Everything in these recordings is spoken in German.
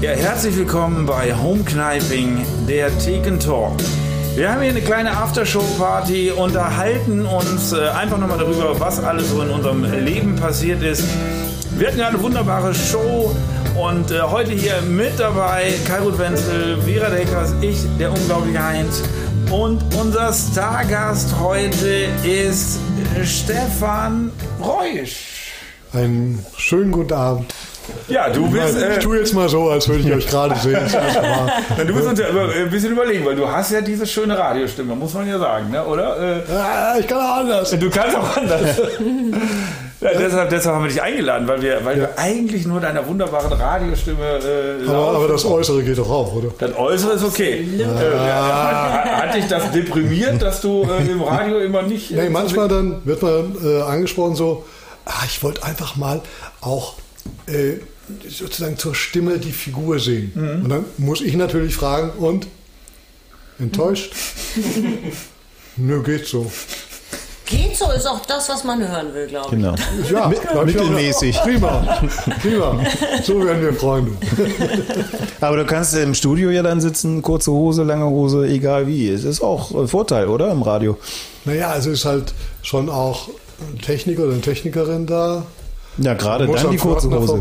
Ja, herzlich willkommen bei Homekneiping, der Theken Talk. Wir haben hier eine kleine Aftershow-Party, unterhalten uns einfach nochmal darüber, was alles so in unserem Leben passiert ist. Wir hatten ja eine wunderbare Show und heute hier mit dabei Kai Ruth Wenzel, Vera Deckers, ich, der unglaubliche Heinz. Und unser Stargast heute ist Stefan Reusch. Einen schönen guten Abend. Ja, du bist... ich tue jetzt mal so, als würde ich euch gerade sehen. Du musst uns ja ein bisschen überlegen, weil du hast ja diese schöne Radiostimme, muss man ja sagen, ne? Oder? Ja, ich kann auch anders. Du kannst auch anders. Ja, deshalb haben wir dich eingeladen, weil wir eigentlich nur deiner wunderbaren Radiostimme aber das Äußere geht doch auch, oder? Das Äußere ist okay. Hat dich das deprimiert, dass du im Radio immer nicht... Nee, manchmal dann wird man angesprochen so, ich wollte einfach mal auch sozusagen zur Stimme die Figur sehen. Mhm. Und dann muss ich natürlich fragen, und? Enttäuscht? Nö, geht so. Geht so ist auch das, was man hören will, glaube ich. Genau. Ja, mittelmäßig. Prima. So werden wir Freunde. Aber du kannst im Studio ja dann sitzen, kurze Hose, lange Hose, egal wie. Es ist auch ein Vorteil, oder? Im Radio. Naja, also ist halt schon auch ein Techniker oder eine Technikerin da. Ja, gerade dann die kurze Hose.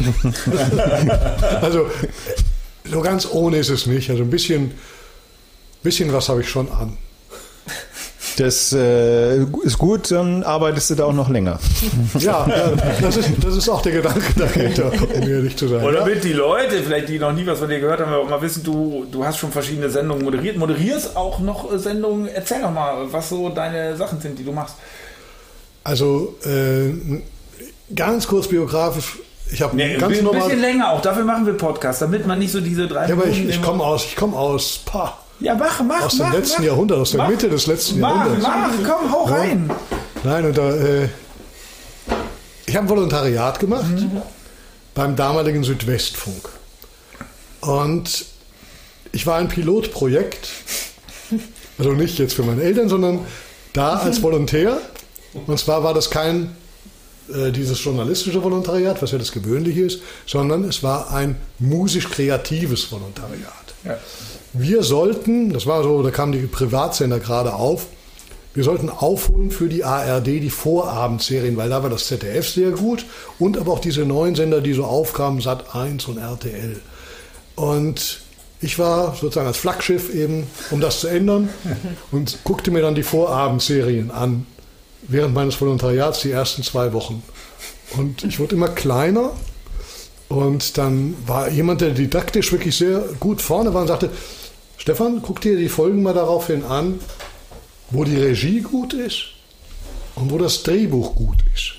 Also, so ganz ohne ist es nicht. Also ein bisschen was habe ich schon an. Das ist gut, dann arbeitest du da auch noch länger. Ja, das ist auch der Gedanke dahinter, um ehrlich zu sein. Oder damit die Leute, vielleicht die noch nie was von dir gehört haben, auch mal wissen, du hast schon verschiedene Sendungen moderiert. Moderierst auch noch Sendungen. Erzähl doch mal, was so deine Sachen sind, die du machst. Also, ganz kurz biografisch. Ich habe ein bisschen länger auch. Dafür machen wir Podcasts, damit man nicht so diese 3 Minuten... Ja, aber ich komme aus... Ja, mach. Aus dem letzten Jahrhundert, aus der Mitte des letzten Jahrhunderts. Komm, hau rein. Nein, und ich habe Volontariat gemacht beim damaligen Südwestfunk. Und ich war ein Pilotprojekt, also nicht jetzt für meine Eltern, sondern da als Volontär. Und zwar war das kein dieses journalistische Volontariat, was ja das Gewöhnliche ist, sondern es war ein musisch-kreatives Volontariat. Ja. Wir sollten, das war so, da kamen die Privatsender gerade auf, wir sollten aufholen für die ARD die Vorabendserien, weil da war das ZDF sehr gut und aber auch diese neuen Sender, die so aufkamen, Sat.1 und RTL. Und ich war sozusagen als Flaggschiff eben, um das zu ändern und guckte mir dann die Vorabendserien an, während meines Volontariats die ersten 2 Wochen. Und ich wurde immer kleiner. Und dann war jemand, der didaktisch wirklich sehr gut vorne war und sagte, Stefan, guck dir die Folgen mal daraufhin an, wo die Regie gut ist und wo das Drehbuch gut ist.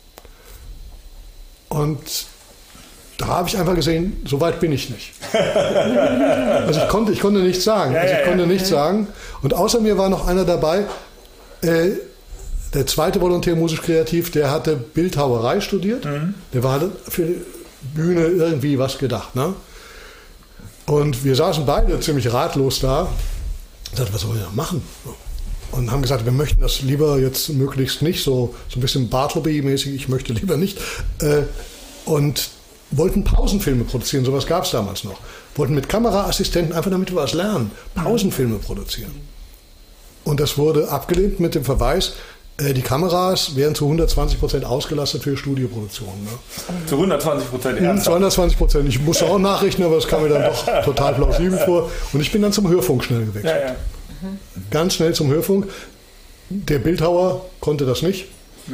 Und da habe ich einfach gesehen, so weit bin ich nicht. Also ich konnte nichts sagen. Sagen. Und außer mir war noch einer dabei, der zweite Volontär musisch-kreativ, der hatte Bildhauerei studiert. Der war für Bühne irgendwie was gedacht. Ne? Und wir saßen beide ziemlich ratlos da und sagten, was sollen wir machen? Und haben gesagt, wir möchten das lieber jetzt möglichst nicht, so ein bisschen Bartleby-mäßig, ich möchte lieber nicht. Und wollten Pausenfilme produzieren, sowas gab es damals noch. Wollten mit Kameraassistenten, einfach damit wir was lernen, Pausenfilme produzieren. Und das wurde abgelehnt mit dem Verweis, die Kameras werden zu 120% ausgelastet für Studioproduktionen. Ne? Zu 120% ernsthaft? Zu 120%. Ich musste auch nachrechnen, aber es kam mir dann doch total plausibel vor. Und ich bin dann zum Hörfunk schnell gewechselt. Ja. Ganz schnell zum Hörfunk. Der Bildhauer konnte das nicht.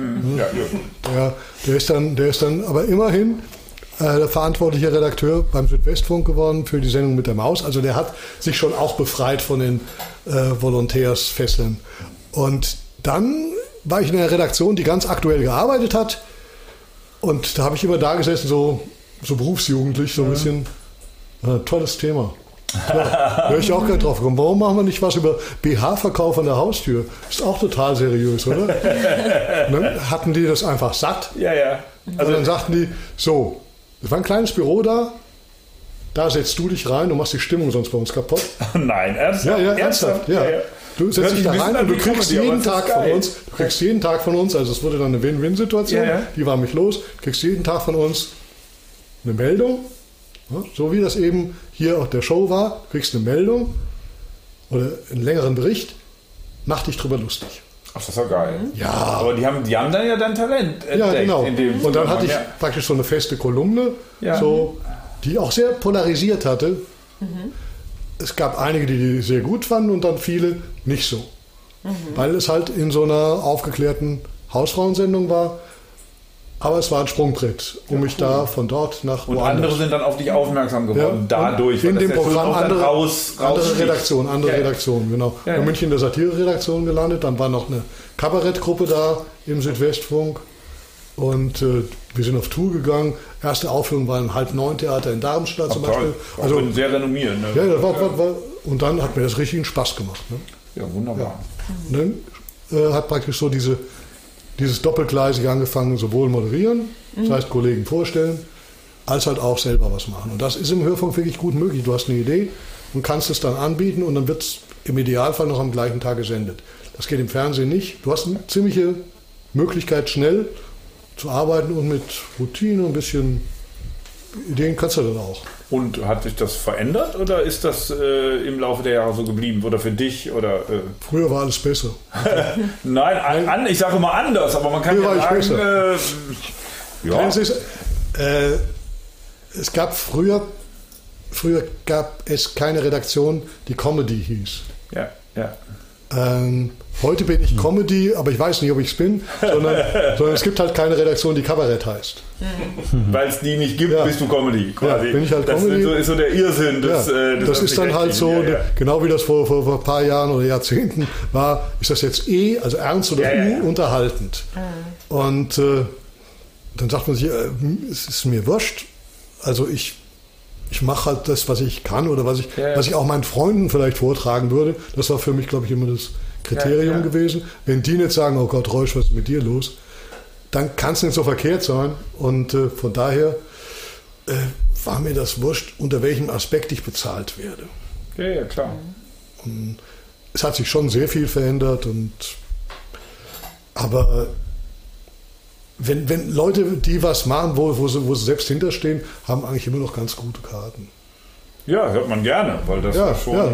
Der ist dann aber immerhin der verantwortliche Redakteur beim Südwestfunk geworden für die Sendung mit der Maus. Also der hat sich schon auch befreit von den Volontärsfesseln. Und dann war ich in einer Redaktion, die ganz aktuell gearbeitet hat. Und da habe ich immer da gesessen, so berufsjugendlich, so ein bisschen, tolles Thema. Ja, höre ich auch gerade drauf gekommen. Warum machen wir nicht was über BH-Verkauf an der Haustür? Ist auch total seriös, oder? Und dann hatten die das einfach satt. Ja. Also dann sagten die, so, es war ein kleines Büro da setzt du dich rein, du machst die Stimmung sonst bei uns kaputt. Nein, ernsthaft? Ja, ernsthaft. Ja. Du setzt dich da rein und du kriegst jeden Tag von uns, also es wurde dann eine Win-Win-Situation, die war mich los, du kriegst jeden Tag von uns eine Meldung Ja, so wie das eben hier auf der Show war, du kriegst eine Meldung oder einen längeren Bericht, mach dich drüber lustig. Ach, das ist ja geil. Ja. Aber die haben dann ja dann Talent entdeckt. Ja, genau. In dem Und dann hatte ich ja. praktisch so eine feste Kolumne, so, die auch sehr polarisiert hatte. Es gab einige, die sehr gut fanden und dann viele nicht so. Weil es halt in so einer aufgeklärten Hausfrauensendung war. Aber es war ein Sprungbrett, um mich da von dort nach Und woanders. andere sind dann auf dich aufmerksam geworden, dadurch. In dem Programm andere Redaktion, Redaktion, genau. Ja, Dann bin ich in der Satire-Redaktion gelandet, dann war noch eine Kabarettgruppe da im Südwestfunk und wir sind auf Tour gegangen. Erste Aufführung war im 8-9-Theater in Darmstadt zum Beispiel. Also sehr renommiert. Ne? Ja, das war, und dann hat mir das richtig Spaß gemacht. Ne? Ja, wunderbar. Und dann hat praktisch so dieses Doppelgleisig angefangen, sowohl moderieren, das heißt Kollegen vorstellen, als halt auch selber was machen. Und das ist im Hörfunk wirklich gut möglich. Du hast eine Idee und kannst es dann anbieten und dann wird es im Idealfall noch am gleichen Tag gesendet. Das geht im Fernsehen nicht. Du hast eine ziemliche Möglichkeit, schnell zu arbeiten und mit Routine und ein bisschen Ideen kannst du dann auch. Und hat sich das verändert oder ist das im Laufe der Jahre so geblieben? Oder für dich? Oder, Früher war alles besser. Nein, ich sage immer anders, aber man kann Früher ja sagen... ja. Es gab früher gab es keine Redaktion, die Comedy hieß. Ja. Heute bin ich Comedy, aber ich weiß nicht, ob ich es bin, sondern es gibt halt keine Redaktion, die Kabarett heißt. Weil es die nicht gibt, bist du Comedy quasi. Ja, bin ich halt das Comedy. ist so der Irrsinn des das ist dann halt so, ja. genau wie das vor ein paar Jahren oder Jahrzehnten war, ist das jetzt also ernst oder unterhaltend. Und dann sagt man sich, es ist mir wurscht, also ich mache halt das, was ich kann oder was ich auch meinen Freunden vielleicht vortragen würde. Das war für mich, glaube ich, immer das Kriterium gewesen. Wenn die nicht sagen, oh Gott, Reusch, was ist mit dir los? Dann kann es nicht so verkehrt sein. Und von daher war mir das wurscht, unter welchem Aspekt ich bezahlt werde. Ja, klar. Und es hat sich schon sehr viel verändert. Aber wenn Leute, die was machen, wo sie selbst hinterstehen, haben eigentlich immer noch ganz gute Karten. Ja, hört man gerne, weil das schon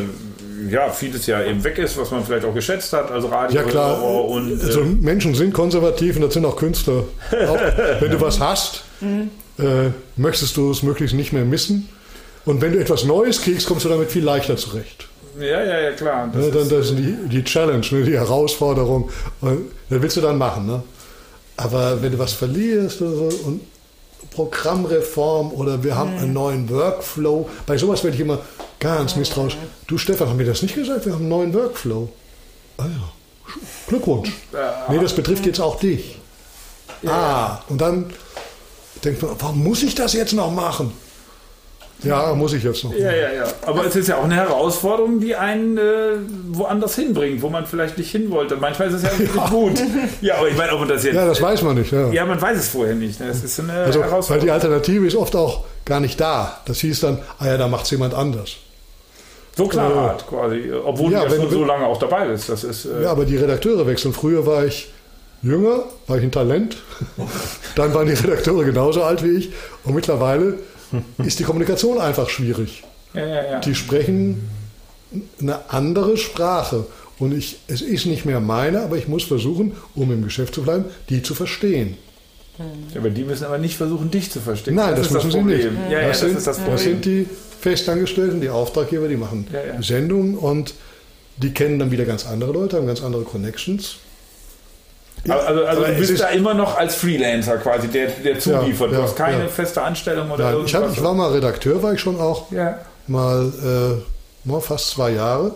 vieles ja eben weg ist, was man vielleicht auch geschätzt hat, also Radio. Ja klar, und, also Menschen sind konservativ und das sind auch Künstler. Auch wenn du was hast, möchtest du es möglichst nicht mehr missen. Und wenn du etwas Neues kriegst, kommst du damit viel leichter zurecht. Ja, klar. Das ist die Challenge, die Herausforderung. Das willst du dann machen, ne? Aber wenn du was verlierst oder so und Programmreform oder wir haben einen neuen Workflow, bei sowas werde ich immer ganz misstrauisch. Du Stefan, haben wir das nicht gesagt? Wir haben einen neuen Workflow. Ah ja, Glückwunsch. Nee, das betrifft jetzt auch dich. Und dann denkt man, warum muss ich das jetzt noch machen? Ja, muss ich jetzt noch. Ja. Aber es ist ja auch eine Herausforderung, die einen woanders hinbringt, wo man vielleicht nicht hin wollte. Manchmal ist es ja wirklich gut. Ja, aber ich meine, ob man das jetzt... Ja, das weiß man nicht. Ja, man weiß es vorher nicht. Das ist eine Herausforderung. Weil die Alternative ist oft auch gar nicht da. Das hieß dann, da macht es jemand anders. So knallhart quasi, obwohl du schon so lange auch dabei bist. Das ist, ja, aber die Redakteure wechseln. Früher war ich jünger, war ich ein Talent. Dann waren die Redakteure genauso alt wie ich. Und mittlerweile ist die Kommunikation einfach schwierig. Ja. Die sprechen eine andere Sprache. Und es ist nicht mehr meine, aber ich muss versuchen, um im Geschäft zu bleiben, die zu verstehen. Ja, aber die müssen aber nicht versuchen, dich zu verstehen. Nein, das müssen sie nicht. Das ist das Problem. Das sind die Festangestellten, die Auftraggeber, die machen Sendungen und die kennen dann wieder ganz andere Leute, haben ganz andere Connections. Also du bist da immer noch als Freelancer quasi, der zuliefert. Du hast keine feste Anstellung oder irgendwas. Ich war mal Redakteur, war ich schon auch. Mal fast 2 Jahre.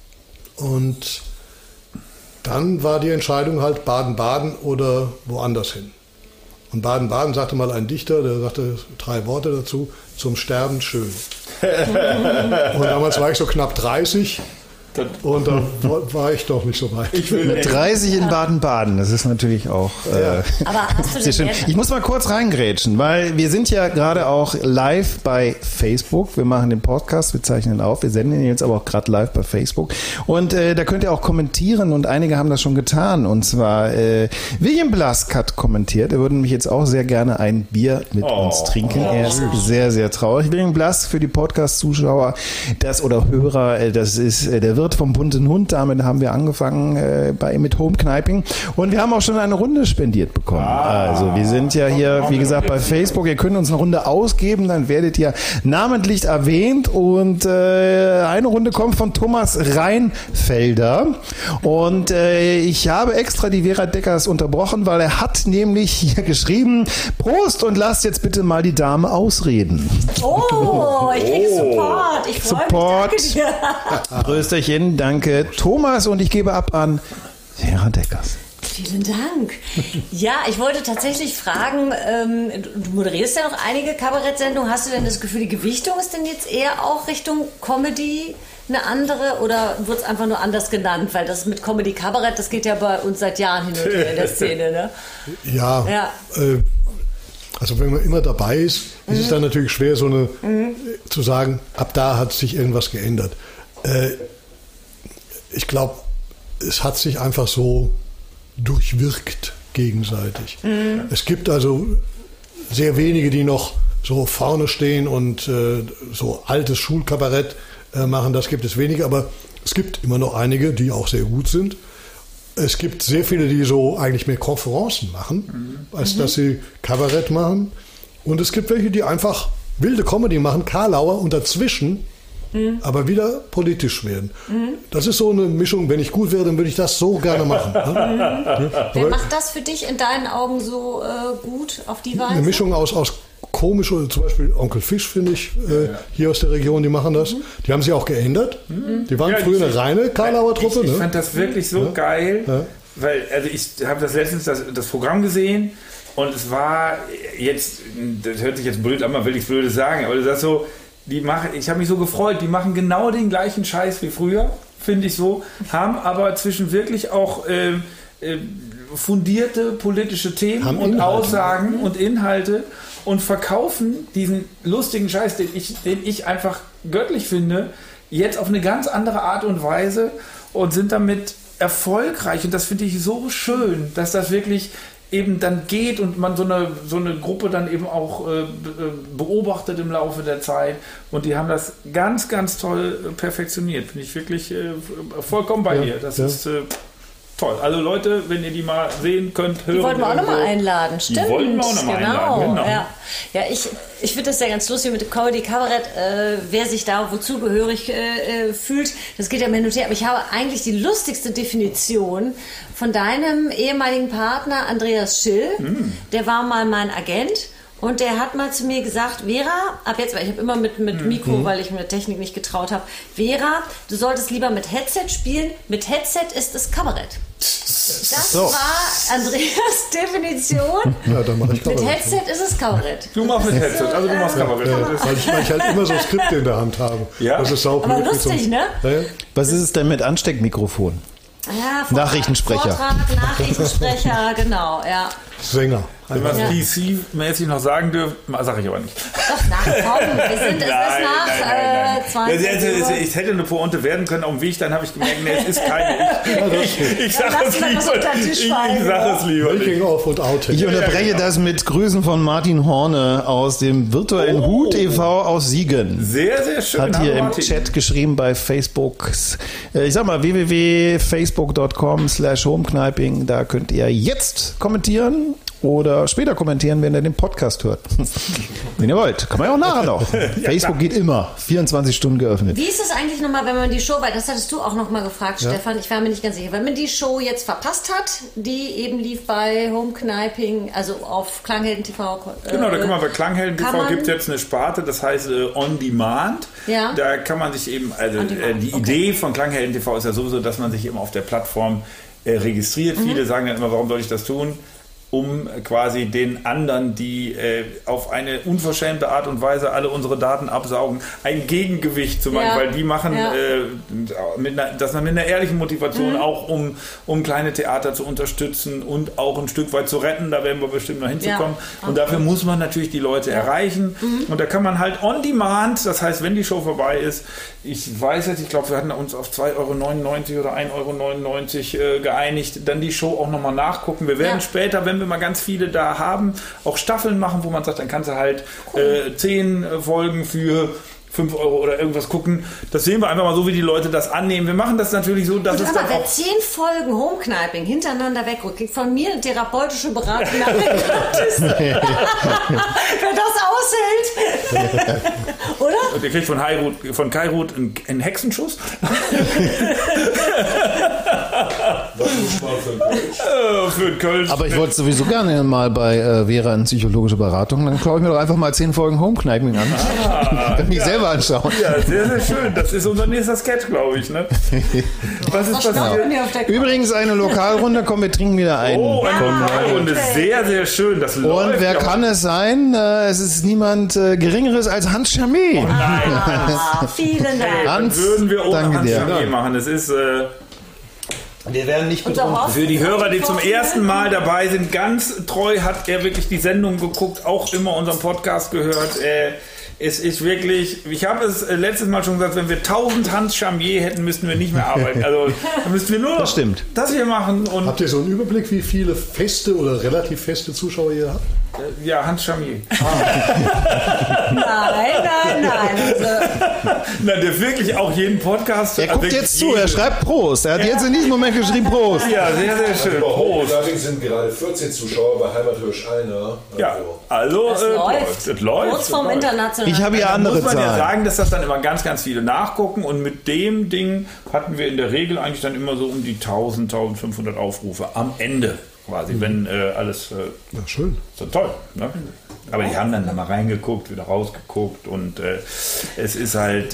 Und dann war die Entscheidung halt Baden-Baden oder woanders hin. Und Baden-Baden sagte mal ein Dichter, der sagte 3 Worte dazu, zum Sterben schön. Und damals war ich so knapp 30 Und da war ich doch nicht so weit. Mit 30 in Baden-Baden, das ist natürlich auch Aber hast du sehr schön. Ich muss mal kurz reingrätschen, weil wir sind ja gerade auch live bei Facebook. Wir machen den Podcast, wir zeichnen auf, wir senden ihn jetzt aber auch gerade live bei Facebook. Und da könnt ihr auch kommentieren und einige haben das schon getan. Und zwar William Blask hat kommentiert, er würde nämlich jetzt auch sehr gerne ein Bier mit uns trinken. Er ist sehr, sehr traurig. William Blask für die Podcast-Zuschauer oder Hörer, das ist der Wirt vom Bunten Hund. Damit haben wir angefangen mit Home-Kniping. Und wir haben auch schon eine Runde spendiert bekommen. Also wir sind ja hier, wie gesagt, bei Facebook. Ihr könnt uns eine Runde ausgeben, dann werdet ihr namentlich erwähnt. Und eine Runde kommt von Thomas Reinfelder. Und ich habe extra die Vera Deckers unterbrochen, weil er hat nämlich hier geschrieben, Prost und lasst jetzt bitte mal die Dame ausreden. Oh, ich kriege Support. Ich freue mich. Danke dir. Prösterchen, danke Thomas und ich gebe ab an Vera Deckers. Vielen Dank. Ja, ich wollte tatsächlich fragen, du moderierst ja noch einige Kabarettsendungen. Hast du denn das Gefühl, die Gewichtung ist denn jetzt eher auch Richtung Comedy eine andere oder wird es einfach nur anders genannt? Weil das mit Comedy-Kabarett, das geht ja bei uns seit Jahren hin und her in der Szene, ne? Ja. Also wenn man immer dabei ist, ist es dann natürlich schwer, zu sagen, ab da hat sich irgendwas geändert. Ich glaube, es hat sich einfach so durchwirkt gegenseitig. Es gibt also sehr wenige, die noch so vorne stehen und so altes Schulkabarett machen, das gibt es wenige, aber es gibt immer noch einige, die auch sehr gut sind. Es gibt sehr viele, die so eigentlich mehr Konferenzen machen, als dass sie Kabarett machen. Und es gibt welche, die einfach wilde Comedy machen, Karlauer und dazwischen aber wieder politisch werden. Das ist so eine Mischung, wenn ich gut wäre, dann würde ich das so gerne machen. Wer macht das für dich in deinen Augen so gut auf die Weise? Eine Mischung aus komisch, oder zum Beispiel Onkel Fisch, finde ich, hier aus der Region, die machen das. Die haben sich auch geändert. Die waren früher eine reine Karlauer Truppe. Ich fand das wirklich so geil, weil ich habe das letztens das Programm gesehen und es war jetzt, das hört sich jetzt blöd an, man will nichts Blödes sagen, aber das ist so, ich habe mich so gefreut, die machen genau den gleichen Scheiß wie früher, finde ich so, haben aber zwischen wirklich auch fundierte politische Themen und Inhalte. Aussagen und Inhalte und verkaufen diesen lustigen Scheiß, den ich einfach göttlich finde, jetzt auf eine ganz andere Art und Weise und sind damit erfolgreich. Und das finde ich so schön, dass das wirklich eben dann geht und man so eine Gruppe dann eben auch beobachtet im Laufe der Zeit. Und die haben das ganz, ganz toll perfektioniert. Finde ich wirklich vollkommen bei dir. Das ist toll. Also Leute, wenn ihr die mal sehen könnt, hören. Die wollten wir auch nochmal einladen, stimmt. Die wollten wir auch nochmal einladen, genau. Ja, ich finde das ja ganz lustig mit Comedy Kabarett, wer sich da wozu gehörig fühlt, das geht ja hin und her. Aber ich habe eigentlich die lustigste Definition von deinem ehemaligen Partner Andreas Schill. Der war mal mein Agent. Und der hat mal zu mir gesagt, Vera, ab jetzt, weil ich habe immer mit Mikro, weil ich mir der Technik nicht getraut habe, Vera, du solltest lieber mit Headset spielen. Mit Headset ist es Kabarett. Das war Andreas Definition. Ja, dann mache ich Kabarett. Mit Headset ist es Kabarett. Du machst mit Headset, also du machst Kabarett. Weil ich halt immer so Skripte in der Hand habe. Ja. Das ist sauber. Aber lustig, ne? Was ist es denn mit Ansteckmikrofon? Ja, Nachrichtensprecher. Vortrag, Nachrichtensprecher, genau, ja. Sänger. Wenn man es PC-mäßig noch sagen dürfte, sage ich aber nicht. Doch, komm, es ist nach 20 Uhr. Ich hätte eine Pointe werden können auf dem Weg, dann habe ich gemerkt, nee, es ist keine. Ich sage es lieber. Ich unterbreche das mit Grüßen von Martin Horne aus dem virtuellen Hut e.V. aus Siegen. Sehr, sehr schön. Hat hier im Chat geschrieben bei Facebook. Ich sag mal www.facebook.com/homekniping. Da könnt ihr jetzt kommentieren. Oder später kommentieren, wenn ihr den Podcast hört. Wenn ihr wollt. Kann man ja auch nachher noch. Facebook geht immer. 24 Stunden geöffnet. Wie ist es eigentlich nochmal, wenn man die Show, weil das hattest du auch nochmal gefragt, Stefan, ich war mir nicht ganz sicher, wenn man die Show jetzt verpasst hat, die eben lief bei Home-Kniping, also auf Klanghelden TV. Genau, da kann man bei Klanghelden TV gibt es jetzt eine Sparte, das heißt On Demand. Ja. Da kann man sich eben, also die Idee von Klanghelden TV ist ja sowieso, dass man sich eben auf der Plattform registriert. Viele sagen dann immer, warum soll ich das tun? um quasi den anderen, die auf eine unverschämte Art und Weise alle unsere Daten absaugen, ein Gegengewicht zu machen, weil die machen das mit einer ehrlichen Motivation auch, um kleine Theater zu unterstützen und auch ein Stück weit zu retten, da werden wir bestimmt noch hinzukommen. Und dafür muss man natürlich die Leute erreichen und da kann man halt on demand, das heißt, wenn die Show vorbei ist, ich weiß jetzt, ich glaube, wir hatten uns auf 2,99 € oder 1,99 € geeinigt, dann die Show auch nochmal nachgucken. Wir werden später, wenn wir mal ganz viele da haben, auch Staffeln machen, wo man sagt, dann kannst du halt 10 Folgen für 5 € oder irgendwas gucken. Das sehen wir einfach mal so, wie die Leute das annehmen. Wir machen das natürlich so, dass es dann wer auch... 10 Folgen Homekneiping hintereinander wegrückt, kriegt von mir eine therapeutische Beratung gratis. Wer das aushält. Oder? Der kriegt von Kairut einen Hexenschuss. Für den Kölsch. Aber ich wollte sowieso gerne mal bei Vera in psychologische Beratung. Dann schaue ich mir doch einfach mal 10 Folgen Homekneiping an. Kann mich selber anschauen. Ja, sehr, sehr schön. Das ist unser nächster Sketch, glaube ich. Ne? Was ist passiert? Übrigens eine Lokalrunde. Komm, wir trinken wieder ein. Oh, eine Lokalrunde. Sehr, sehr schön. Das läuft. Und wer kann es sein? Es ist niemand Geringeres als Hans Charmet. Vielen Dank. Hans, dann würden wir ohne Hans Charmet machen. Es ist... wir werden nicht betrunken. Für die Hörer, die zum ersten Mal dabei sind, ganz treu hat er wirklich die Sendung geguckt, auch immer unseren Podcast gehört. Es ist wirklich, ich habe es letztes Mal schon gesagt, wenn wir 1000 Hans Charmet hätten, müssten wir nicht mehr arbeiten. Also dann müssten wir nur das hier machen. Und habt ihr so einen Überblick, wie viele feste oder relativ feste Zuschauer ihr habt? Ja, Hans Charmet. Nein. Also. Nein, der wirklich auch jeden Podcast... Er guckt jetzt zu, er schreibt Prost. Er hat jetzt in diesem Moment geschrieben Prost. Ja, sehr, sehr schön. Prost. Allerdings sind gerade 14 Zuschauer bei Heimathörisch einer. Ja, also das läuft. Das läuft. Kurz vorm internationalen. Ich habe hier andere muss man Zahlen. ja sagen, dass das dann immer ganz, ganz viele nachgucken und mit dem Ding hatten wir in der Regel eigentlich dann immer so um die 1000, 1500 Aufrufe am Ende quasi, wenn alles schön. So toll. Ne? Aber die haben dann da mal reingeguckt, wieder rausgeguckt und es ist halt...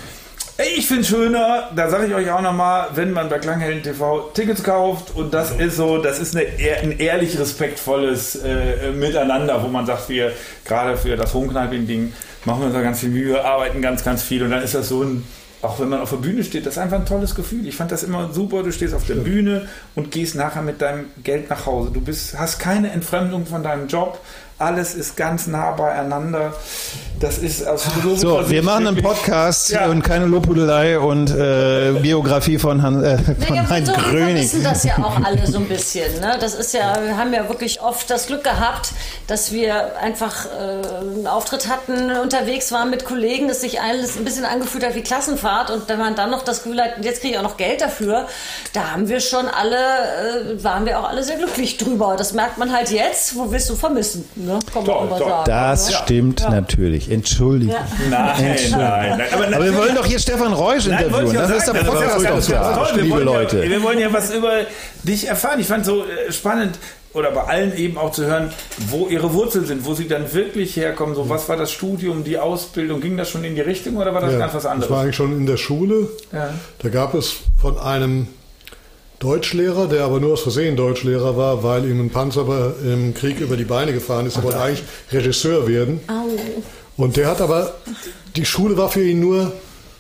ich finde es schöner, da sage ich euch auch nochmal, wenn man bei Klanghelden TV Tickets kauft und das ist so, das ist ein ehrlich respektvolles Miteinander, wo man sagt, wir gerade für das Homekneiping-Ding machen wir uns da ganz viel Mühe, arbeiten ganz, ganz viel und dann ist das so ein, auch wenn man auf der Bühne steht, das ist einfach ein tolles Gefühl. Ich fand das immer super, du stehst auf der Bühne und gehst nachher mit deinem Geld nach Hause. Du hast keine Entfremdung von deinem Job. Alles ist ganz nah beieinander. Das ist so, wir machen einen Podcast und keine Lobhudelei und Biografie von Heinz Gröning. Wir wissen das ja auch alle so ein bisschen. Ne? Das ist ja, wir haben ja wirklich oft das Glück gehabt, dass wir einfach einen Auftritt hatten, unterwegs waren mit Kollegen, dass sich alles ein bisschen angefühlt hat wie Klassenfahrt und wenn man dann noch das Gefühl hat, jetzt kriege ich auch noch Geld dafür, da haben wir schon alle, waren wir auch alle sehr glücklich drüber. Das merkt man halt jetzt, wo wirst du vermissen. Ne? Kann man mal sagen. Das stimmt natürlich. Entschuldigung. Ja. Nein. Aber wir wollen doch hier Stefan Reusch interviewen. Das ist der Podcast, liebe Leute. Wir wollen ja was über dich erfahren. Ich fand es so spannend, oder bei allen eben auch zu hören, wo ihre Wurzeln sind, wo sie dann wirklich herkommen. So, was war das Studium, die Ausbildung? Ging das schon in die Richtung oder war das ganz was anderes? Das war eigentlich schon in der Schule. Ja. Da gab es von einem Deutschlehrer, der aber nur aus Versehen Deutschlehrer war, weil ihm ein Panzer im Krieg über die Beine gefahren ist. Er wollte eigentlich Regisseur werden. Au. Und der hat aber, die Schule war für ihn nur,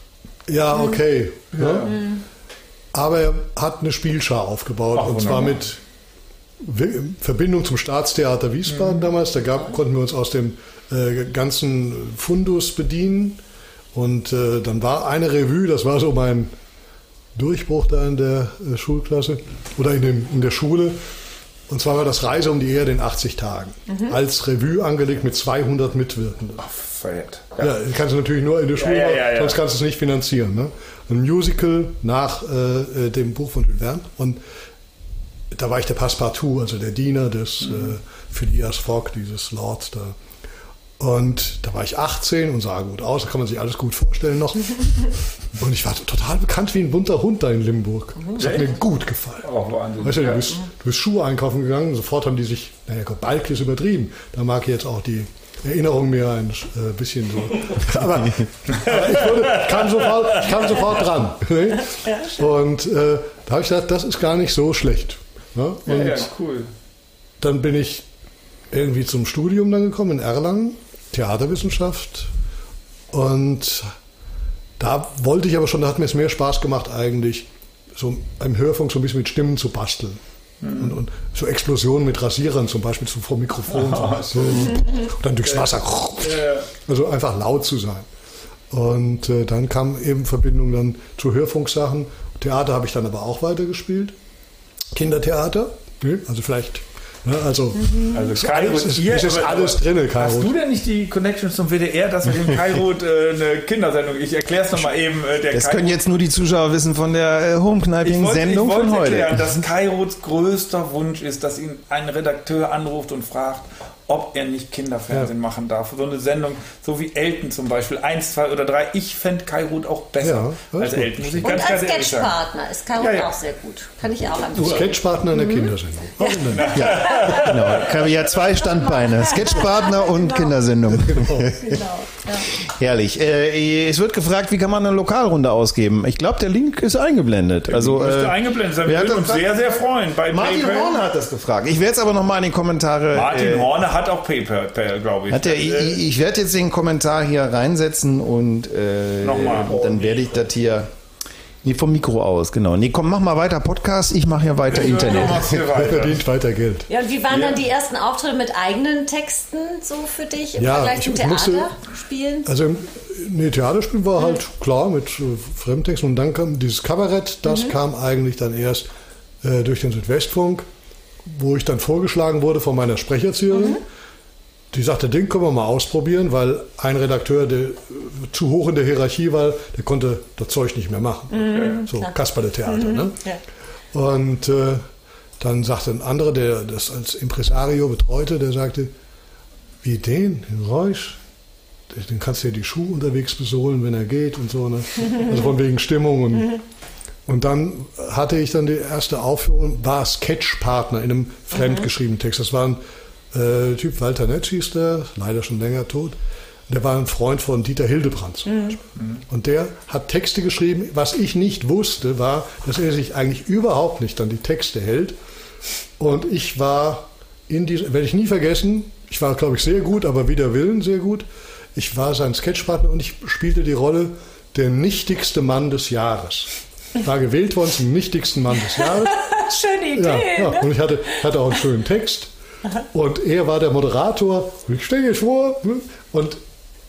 okay. Ja. Ne? Aber er hat eine Spielschar aufgebaut. Und zwar mit Verbindung zum Staatstheater Wiesbaden damals. Da konnten wir uns aus dem ganzen Fundus bedienen. Und dann war eine Revue, das war so mein Durchbruch da in der Schulklasse oder in der Schule. Und zwar war das Reise um die Erde in 80 Tagen. Als Revue angelegt mit 200 Mitwirkenden. Ach, verrückt. Ja, kannst du natürlich nur in der Schule, sonst kannst du es nicht finanzieren. Ne? Ein Musical nach dem Buch von Jules Verne. Und da war ich der Passepartout, also der Diener des Phileas Fogg, dieses Lords da. Und da war ich 18 und sah gut aus, da kann man sich alles gut vorstellen noch. Und ich war total bekannt wie ein bunter Hund da in Limburg. Das hat mir gut gefallen. Oh, Wahnsinn. Weißt du, du bist Schuhe einkaufen gegangen, sofort haben die sich, Balk ist übertrieben. Da mag jetzt auch die Erinnerung mir ein bisschen so. Aber ich kam sofort dran. Und da habe ich gedacht, das ist gar nicht so schlecht. Ne? Und cool. dann bin ich irgendwie zum Studium dann gekommen in Erlangen, Theaterwissenschaft. Und da wollte ich aber schon, da hat mir es mehr Spaß gemacht eigentlich, so im Hörfunk so ein bisschen mit Stimmen zu basteln. Und so Explosionen mit Rasierern zum Beispiel, so vor Mikrofon. So. Und dann durchs Wasser. Also einfach laut zu sein. Und dann kam eben Verbindung dann zu Hörfunksachen. Theater habe ich dann aber auch weitergespielt. Kindertheater, also vielleicht... Also Kairut, es ist alles drin, Kairut. Hast du denn nicht die Connection zum WDR, dass mit dem Kairut eine Kindersendung, ich erkläre es nochmal eben. Das können jetzt nur die Zuschauer wissen von der Home-Kniping-Sendung von heute. Ich wollte erklären, dass Kairuts größter Wunsch ist, dass ihn ein Redakteur anruft und fragt, ob er nicht Kinderfernsehen machen darf. So eine Sendung, so wie Elton zum Beispiel, 1, 2 oder 3. Ich fände Kairut auch besser als Elton, muss ich und ganz als ehrlich sagen. Sketchpartner ist Kairut auch sehr gut. Kann ich auch empfehlen. Sketchpartner in der Kindersendung. Ja, genau. Ja, 2 Standbeine. Sketchpartner und Kindersendung. Genau. Ja. Herrlich. Es wird gefragt, wie kann man eine Lokalrunde ausgeben? Ich glaube, der Link ist eingeblendet. Also, Müsste eingeblendet sein. Wir würden uns sehr, sehr freuen. Bei Martin PayPal. Horne hat das gefragt. Ich werde es aber nochmal in die Kommentare... Martin Horne hat auch PayPal, glaube ich. Ich werde jetzt den Kommentar hier reinsetzen und dann werde ich das hier... Nee, vom Mikro aus, genau. Nee, komm, mach mal weiter Podcast, ich mache ja weiter Internet. Wer verdient weiter Geld? Ja, und wie waren dann die ersten Auftritte mit eigenen Texten so für dich im Vergleich zum Theaterspielen? Also, Theaterspielen war halt klar mit Fremdtexten und dann kam dieses Kabarett, das kam eigentlich dann erst durch den Südwestfunk, wo ich dann vorgeschlagen wurde von meiner Sprecherzieherin. Die sagte, den können wir mal ausprobieren, weil ein Redakteur, der zu hoch in der Hierarchie war, der konnte das Zeug nicht mehr machen. So Kasperle-Theater. Ne? Ja. Und dann sagte ein anderer, der das als Impresario betreute, der sagte, wie den Reusch, den kannst du ja die Schuhe unterwegs besohlen, wenn er geht und so. Ne? Also von wegen Stimmung. Und dann hatte ich dann die erste Aufführung, war Sketchpartner in einem fremdgeschriebenen Text. Das war ein Typ, Walter Netsch hieß der, leider schon länger tot. Der war ein Freund von Dieter Hildebrandt zum Beispiel. Und der hat Texte geschrieben. Was ich nicht wusste, war, dass er sich eigentlich überhaupt nicht an die Texte hält. Und ich war werde ich nie vergessen, ich war, glaube ich, sehr gut, aber wider Willen sehr gut. Ich war sein Sketchpartner und ich spielte die Rolle der nichtigste Mann des Jahres. Ich war gewählt worden zum nichtigsten Mann des Jahres. Schöne Idee. Ja. Und ich hatte auch einen schönen Text. Und er war der Moderator. Und ich stelle jetzt vor. Und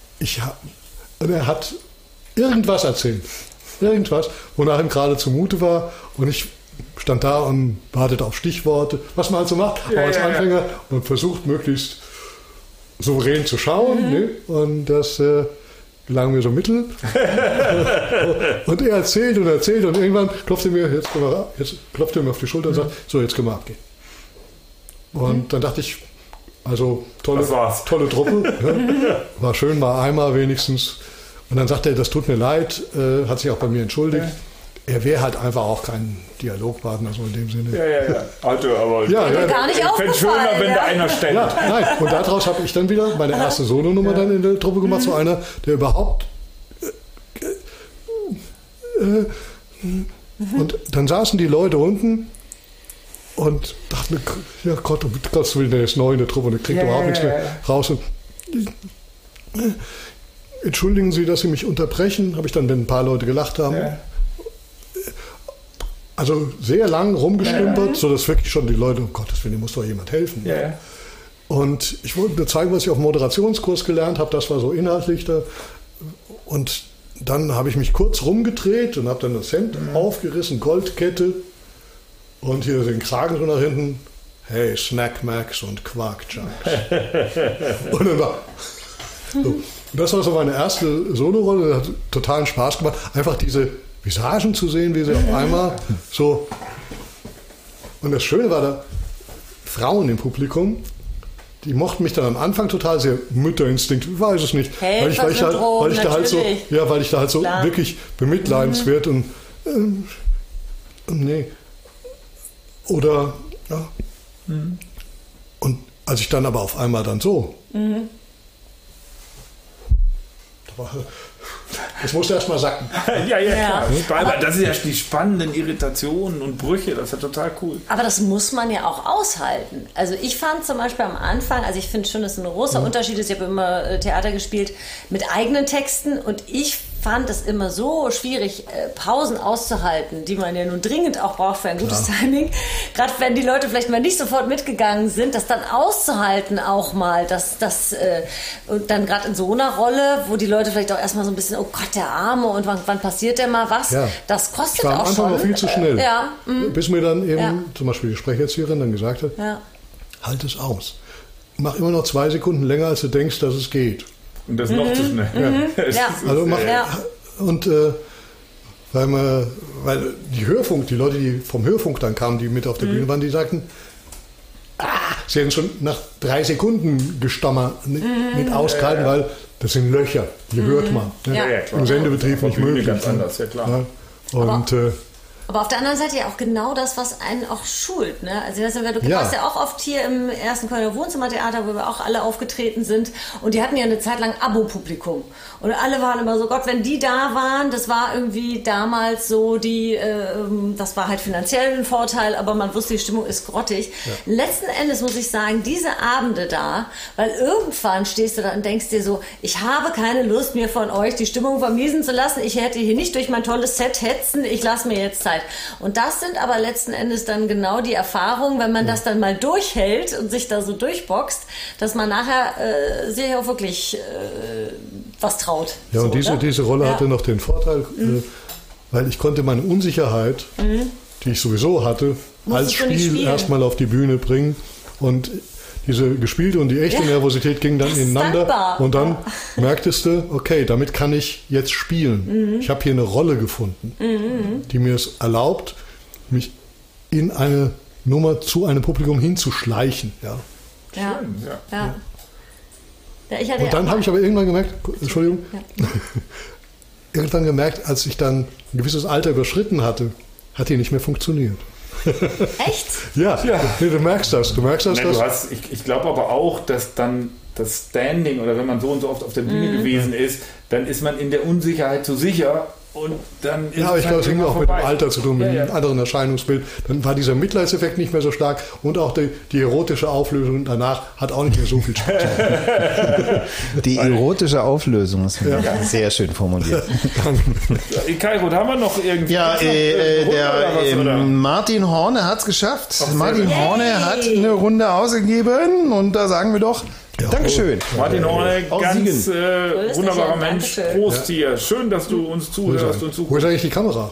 er hat irgendwas erzählt. Irgendwas, wonach ihm gerade zumute war. Und ich stand da und wartete auf Stichworte, was man halt so macht, als Anfänger, und versucht, möglichst souverän zu schauen. Ne? Und das gelang mir so mittel. Und er erzählt und irgendwann klopft er mir auf die Schulter und sagt, so, jetzt können wir abgehen. Und dann dachte ich, also tolle Truppe, ja. War schön, mal einmal wenigstens. Und dann sagte er, das tut mir leid, hat sich auch bei mir entschuldigt. Er wäre halt einfach auch kein Dialogpartner, so in dem Sinne. Ja. Also, aber gar nicht aufgefallen. Ich fände schöner, wenn da einer stellt. Ja, nein. Und daraus habe ich dann wieder meine erste Solonummer dann in der Truppe gemacht, so einer, der überhaupt... Und dann saßen die Leute unten und dachten, ja Gott, um Gottes Willen, der ist neu in der Truppe und der kriegt überhaupt nichts mehr raus. Und, entschuldigen Sie, dass Sie mich unterbrechen, habe ich dann, wenn ein paar Leute gelacht haben. Ja. Also sehr lang rumgestümpert, sodass wirklich schon die Leute, um Gottes Willen, muss doch jemand helfen. Ja. Und ich wollte nur zeigen, was ich auf dem Moderationskurs gelernt habe, das war so inhaltlich da. Und dann habe ich mich kurz rumgedreht und habe dann das Hemd aufgerissen, Goldkette und hier den Kragen so nach hinten. Hey, Snack Max und Quark Junks. Und dann war... So. Und das war so meine erste Solorolle, das hat totalen Spaß gemacht. Einfach diese Visagen zu sehen, wie sie auf einmal so... Und das Schöne war da, Frauen im Publikum, die mochten mich dann am Anfang total, sehr Mütterinstinkt, ich weiß es nicht, weil ich da halt so klar. Wirklich bemitleidenswert und nee. Oder ja. Und als ich dann aber auf einmal dann so, da war Das musste erst mal sacken. Ja, klar. Aber das ist ja die spannenden Irritationen und Brüche, das ist ja total cool. Aber das muss man ja auch aushalten. Also ich fand zum Beispiel am Anfang, also ich finde schon, dass ein großer Unterschied ist, ich habe immer Theater gespielt mit eigenen Texten und ich fand es immer so schwierig, Pausen auszuhalten, die man ja nun dringend auch braucht für ein gutes Timing. Gerade wenn die Leute vielleicht mal nicht sofort mitgegangen sind, das dann auszuhalten auch mal, und dann gerade in so einer Rolle, wo die Leute vielleicht auch erstmal so ein bisschen, oh Gott, der Arme und wann passiert denn mal was? Ja. Das kostet Ich war am auch Anfang schon. noch viel zu schnell. Bis mir dann eben zum Beispiel die Sprecherzieherin dann gesagt hat, halt es aus. Mach immer noch 2 Sekunden länger, als du denkst, dass es geht. Und das ist noch zu schnell. Also und weil die Leute, die vom Hörfunk dann kamen, die mit auf der Bühne waren, die sagten, sie hätten schon nach 3 Sekunden gestommert mit ausgehalten, weil das sind Löcher, die hört man. Ne? Ja, klar. Im Sendebetrieb nicht möglich. Ganz anders, ja klar. Ja. Und aber auf der anderen Seite ja auch genau das, was einen auch schult. Ne? Also du warst ja auch oft hier im ersten Kölner Wohnzimmertheater, wo wir auch alle aufgetreten sind. Und die hatten ja eine Zeit lang Abo-Publikum. Und alle waren immer so, Gott, wenn die da waren, das war irgendwie damals so, das war halt finanziell ein Vorteil, aber man wusste, die Stimmung ist grottig. Ja. Letzten Endes muss ich sagen, diese Abende da, weil irgendwann stehst du da und denkst dir so, ich habe keine Lust, mir von euch die Stimmung vermiesen zu lassen. Ich hätte hier nicht durch mein tolles Set hetzen, ich lasse mir jetzt Zeit. Und das sind aber letzten Endes dann genau die Erfahrungen, wenn man das dann mal durchhält und sich da so durchboxt, dass man nachher sich auch wirklich was traut. Ja, und diese Rolle hatte noch den Vorteil, weil ich konnte meine Unsicherheit, die ich sowieso hatte, als Spiel erstmal auf die Bühne bringen. Und diese gespielte und die echte Nervosität gingen dann ineinander. Dankbar. Und dann merktest du, okay, damit kann ich jetzt spielen. Ich habe hier eine Rolle gefunden, die mir es erlaubt, mich in eine Nummer zu einem Publikum hinzuschleichen. Schön, ja. Und dann habe ich aber irgendwann gemerkt, Entschuldigung, irgendwann gemerkt, als ich dann ein gewisses Alter überschritten hatte, hat die nicht mehr funktioniert. Echt? Ja. Nee, du merkst das. Ich glaube aber auch, dass dann das Standing oder wenn man so und so oft auf der Bühne gewesen ist, dann ist man in der Unsicherheit so sicher und dann ist ich glaube, es hing auch mit dem Alter zu tun, mit einem anderen Erscheinungsbild. Dann war dieser Mitleidseffekt nicht mehr so stark und auch die erotische Auflösung danach hat auch nicht mehr so viel Spaß. Die erotische Auflösung ist sehr schön formuliert. Kairo, da haben wir noch irgendwie... Ja, Martin Horne hat es geschafft. Martin Horne hat eine Runde ausgegeben und da sagen wir doch, Dankeschön. Martin Horne, ganz wunderbarer Mensch. Dankeschön. Prost hier. Schön, dass du uns zuhörst und zuguckst. Wo ist eigentlich die Kamera?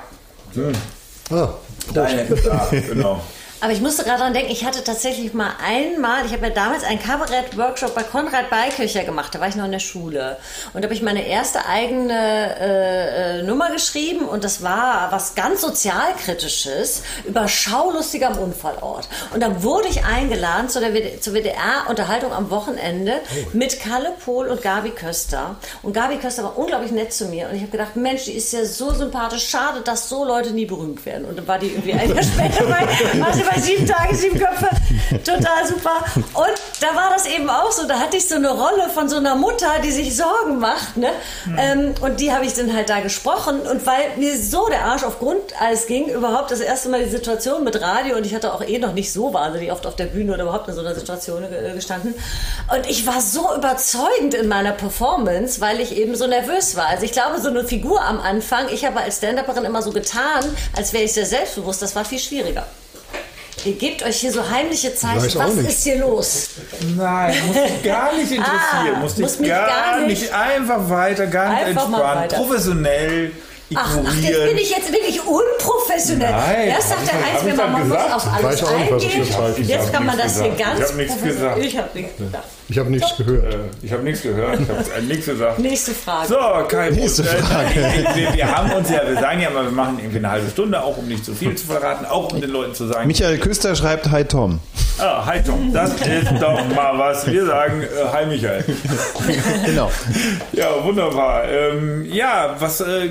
Deine, genau. Aber ich musste gerade dran denken, ich hatte tatsächlich mal ich habe ja damals einen Kabarett-Workshop bei Konrad Beikircher gemacht, da war ich noch in der Schule. Und da habe ich meine erste eigene Nummer geschrieben und das war was ganz Sozialkritisches über Schaulustiger am Unfallort. Und dann wurde ich eingeladen zur WDR-Unterhaltung am Wochenende mit Kalle Pohl und Gabi Köster. Und Gabi Köster war unglaublich nett zu mir und ich habe gedacht, Mensch, die ist ja so sympathisch, schade, dass so Leute nie berühmt werden. Und dann war die irgendwie ein Jahr später bei 7 Tage, 7 Köpfe. Total super. Und da war das eben auch so. Da hatte ich so eine Rolle von so einer Mutter, die sich Sorgen macht. Ne? Und die habe ich dann halt da gesprochen. Und weil mir so der Arsch auf Grundeis ging, überhaupt das erste Mal die Situation mit Radio. Und ich hatte auch noch nicht so wahnsinnig oft auf der Bühne oder überhaupt in so einer Situation gestanden. Und ich war so überzeugend in meiner Performance, weil ich eben so nervös war. Also ich glaube, so eine Figur am Anfang, ich habe als Stand-Upperin immer so getan, als wäre ich sehr selbstbewusst. Das war viel schwieriger. Ihr gebt euch hier so heimliche Zeichen. Was ist hier los? Nein, muss dich gar nicht interessieren. Muss dich gar nicht. Einfach weiter, ganz entspannt, professionell ignorieren. Jetzt bin ich unprofessionell. Nein, erst sagt der Heinz, man muss auf alles eingehen. Jetzt kann man das hier ganz professionell. Ich habe nichts gesagt. Ich habe nichts gehört. Ich habe nichts gehört. Ich habe nichts gesagt. Nächste Frage. So, Kai, nächste Frage. Wir haben uns wir sagen ja immer, wir machen irgendwie eine halbe Stunde, auch um nicht zu viel zu verraten, auch um den Leuten zu sagen. Michael Küster schreibt Hi Tom. Hi Tom, das ist doch mal was. Wir sagen Hi Michael. Genau. Ja, wunderbar.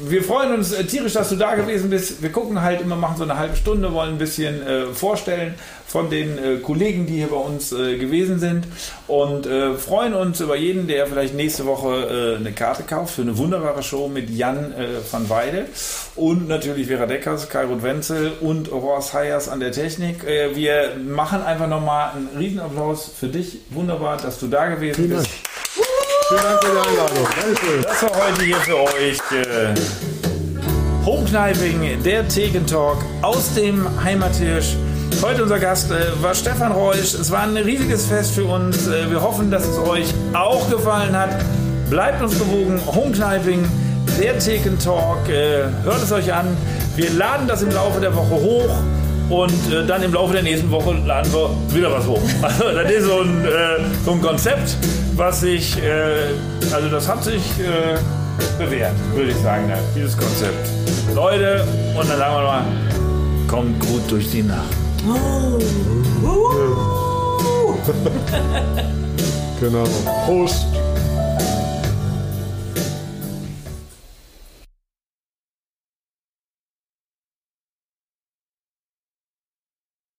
wir freuen uns tierisch, dass du da gewesen bist. Wir gucken halt immer, machen so eine halbe Stunde, wollen ein bisschen vorstellen von den Kollegen, die hier bei uns gewesen sind und freuen uns über jeden, der vielleicht nächste Woche eine Karte kauft für eine wunderbare Show mit Jan van Weide und natürlich Vera Deckers, Kai Roth-Wenzel und Horst Heyers an der Technik. Wir machen einfach nochmal einen Riesenapplaus für dich. Wunderbar, dass du da gewesen bist. Vielen Dank für die Einladung. Dankeschön. Das war heute hier für euch Homekneiping, der Thekentalk aus dem Heimathirsch. Heute unser Gast war Stefan Reusch. Es war ein riesiges Fest für uns. Wir hoffen, dass es euch auch gefallen hat. Bleibt uns gewogen. Homekneiping, der Thekentalk. Hört es euch an. Wir laden das im Laufe der Woche hoch. Und dann im Laufe der nächsten Woche laden wir wieder was hoch. Also das ist so ein Konzept, was sich, also das hat sich bewährt, würde ich sagen, dieses Konzept. Leute, und dann sagen wir mal, kommt gut durch die Nacht. Genau. Prost.